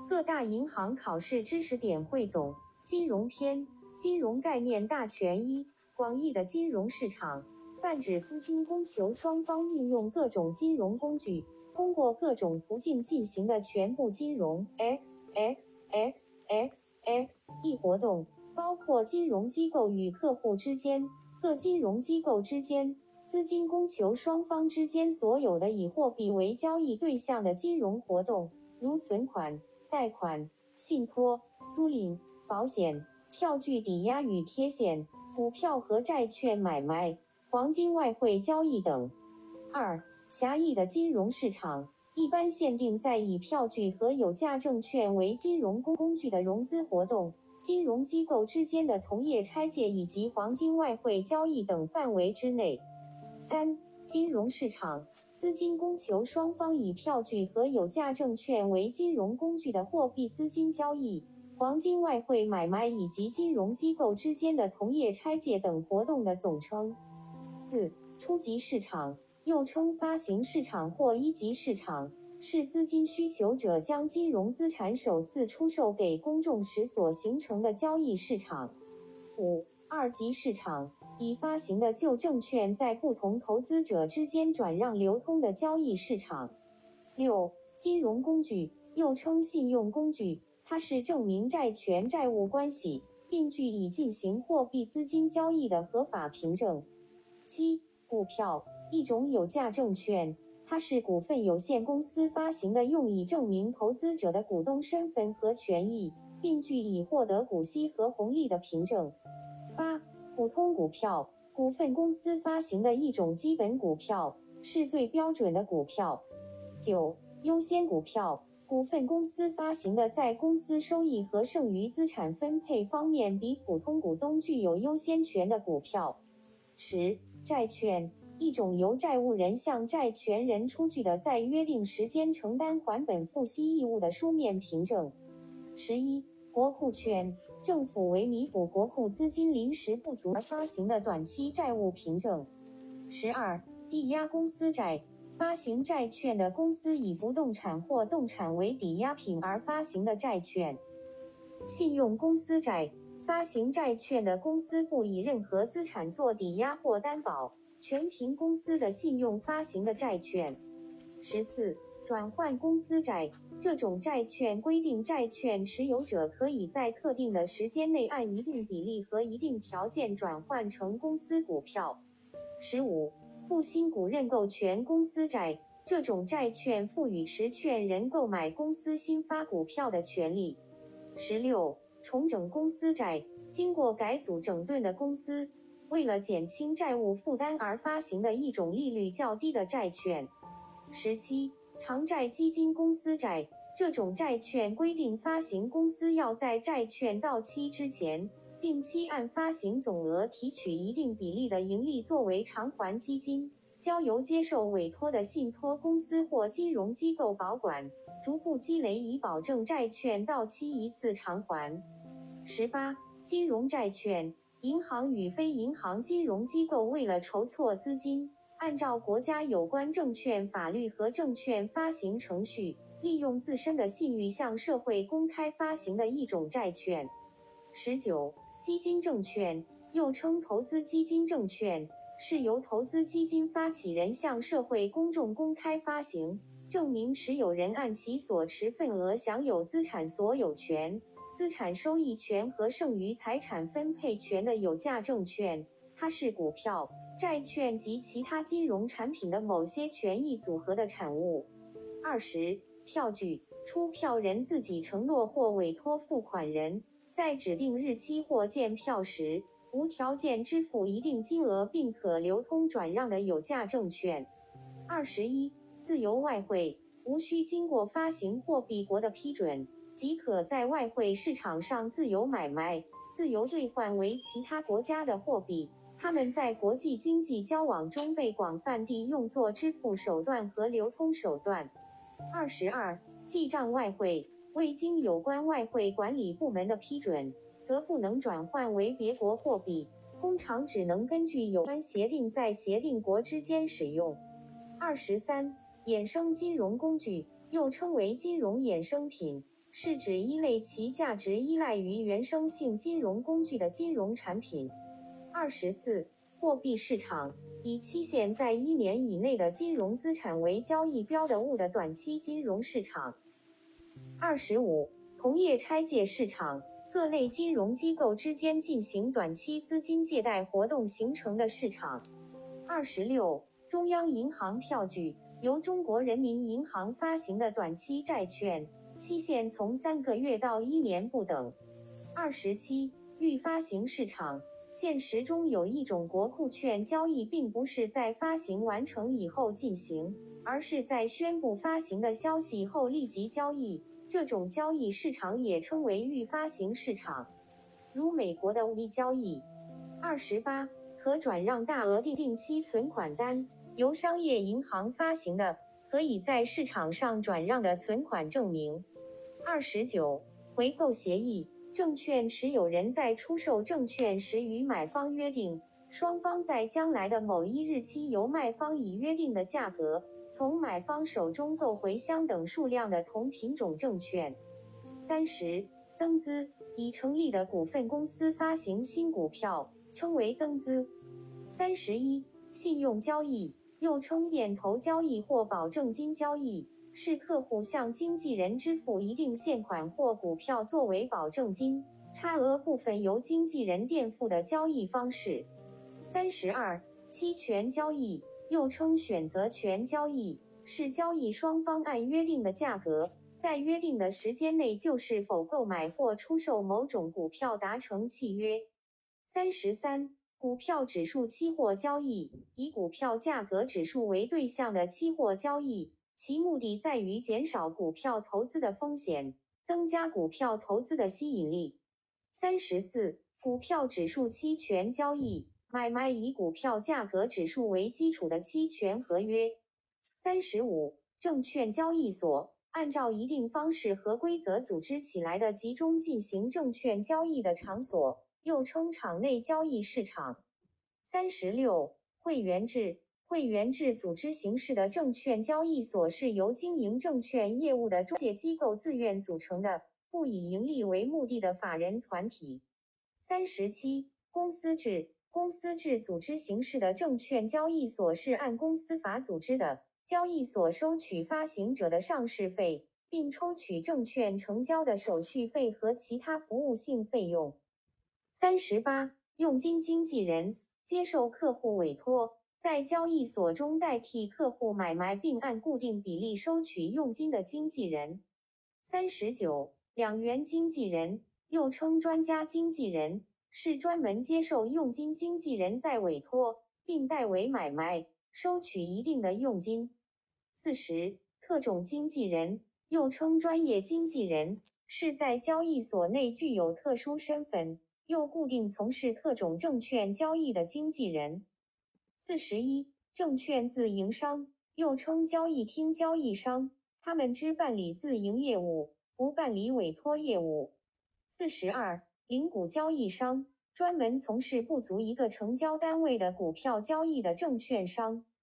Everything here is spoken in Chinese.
各大银行考试知识点汇总，金融篇，金融概念大全一，广义的金融市场，泛指资金供求双方运用各种金融工具，通过各种途径进行的全部金融 XXXXX 活动，包括金融机构与客户之间、各金融机构之间、资金供求双方之间所有的以货币为交易对象的金融活动，如存款、贷款、信托、租赁、保险、票据抵押与贴现、股票和债券买卖、黄金外汇交易等。二、狭义的金融市场一般限定在以票据和有价证券为金融工具的融资活动、金融机构之间的同业拆借以及黄金外汇交易等范围之内。三、金融市场资金供求双方以票据和有价证券为金融工具的货币资金交易、黄金外汇买卖以及金融机构之间的同业拆借等活动的总称。四、初级市场又称发行市场或一级市场，是资金需求者将金融资产首次出售给公众时所形成的交易市场。五、二级市场以发行的旧证券在不同投资者之间转让流通的交易市场。六、金融工具又称信用工具，它是证明债权债务关系，并据以进行货币资金交易的合法凭证。七、股票一种有价证券，它是股份有限公司发行的，用以证明投资者的股东身份和权益，并据以获得股息和红利的凭证。八、普通股票，股份公司发行的一种基本股票，是最标准的股票。九、优先股票，股份公司发行的在公司收益和剩余资产分配方面比普通股东具有优先权的股票。十、债券，一种由债务人向债权人出具的在约定时间承担还本付息义务的书面凭证。11、国库券，政府为弥补国库资金临时不足而发行的短期债务凭证。12、抵押公司债，发行债券的公司以不动产或动产为抵押品而发行的债券。信用公司债，发行债券的公司不以任何资产做抵押或担保，全凭公司的信用发行的债券。14、转换公司债，这种债券规定债券持有者可以在特定的时间内按一定比例和一定条件转换成公司股票。15、付新股认购权公司债，这种债券赋予持券人购买公司新发股票的权利。16、重整公司债，经过改组整顿的公司，为了减轻债务负担而发行的一种利率较低的债券。17、偿债基金公司债，这种债券规定发行公司要在债券到期之前，定期按发行总额提取一定比例的盈利作为偿还基金，交由接受委托的信托公司或金融机构保管，逐步积累以保证债券到期一次偿还。18、金融债券，银行与非银行金融机构为了筹措资金，按照国家有关证券法律和证券发行程序，利用自身的信誉向社会公开发行的一种债券。19、基金证券，又称投资基金证券，是由投资基金发起人向社会公众公开发行，证明持有人按其所持份额享有资产所有权、资产收益权和剩余财产分配权的有价证券，它是股票、债券及其他金融产品的某些权益组合的产物。20、票据，出票人自己承诺或委托付款人，在指定日期或见票时，无条件支付一定金额并可流通转让的有价证券。21、自由外汇，无需经过发行货币国的批准，即可在外汇市场上自由买卖、自由兑换为其他国家的货币，它们在国际经济交往中被广泛地用作支付手段和流通手段。22、记账外汇，未经有关外汇管理部门的批准，则不能转换为别国货币，通常只能根据有关协定在协定国之间使用。23、衍生金融工具，又称为金融衍生品， 是指一类其价值依赖于原生性金融工具的金融产品。24、货币市场，以期限在1年以内的金融资产为交易标的物的短期金融市场。25、同业拆借市场，各类金融机构之间进行短期资金借贷活动形成的市场。26、中央银行票据，由中国人民银行发行的短期债券，期限从3个月到1年不等。27、预发行市场，现实中有一种国库券交易并不是在发行完成以后进行，而是在宣布发行的消息后立即交易，这种交易市场也称为预发行市场，如美国的物交易。28、可转让大额定期存款单，由商业银行发行的，可以在市场上转让的存款证明。29、回购协议，证券持有人在出售证券时与买方约定，双方在将来的某一日期由卖方以约定的价格，从买方手中购回相等数量的同品种证券。30、增资，已成立的股份公司发行新股票，称为增资。31、信用交易，又称店头交易或保证金交易，是客户向经纪人支付一定现款或股票作为保证金，差额部分由经纪人垫付的交易方式。32、期权交易，又称选择权交易，是交易双方按约定的价格，在约定的时间内就是否购买或出售某种股票达成契约。33、股票指数期货交易，以股票价格指数为对象的期货交易，其目的在于减少股票投资的风险，增加股票投资的吸引力。34、股票指数期权交易，买卖以股票价格指数为基础的期权合约。35、证券交易所，按照一定方式和规则组织起来的集中进行证券交易的场所，又称场内交易市场。36、会员制，会员制组织形式的证券交易所是由经营证券业务的中介机构自愿组成的，不以盈利为目的的法人团体。37、公司制，公司制组织形式的证券交易所是按公司法组织的，交易所收取发行者的上市费，并抽取证券成交的手续费和其他服务性费用。38、佣金经纪人，接受客户委托，在交易所中代替客户买卖并按固定比例收取佣金的经纪人。39、两元经纪人，又称专家经纪人，是专门接受佣金经纪人在委托，并代为买卖，收取一定的佣金。40、特种经纪人，又称专业经纪人，是在交易所内具有特殊身份，又固定从事特种证券交易的经纪人。41、证券自营商，又称交易厅交易商，他们只办理自营业务，不办理委托业务。42、零股交易商，专门从事不足一个成交单位的股票交易的证券商。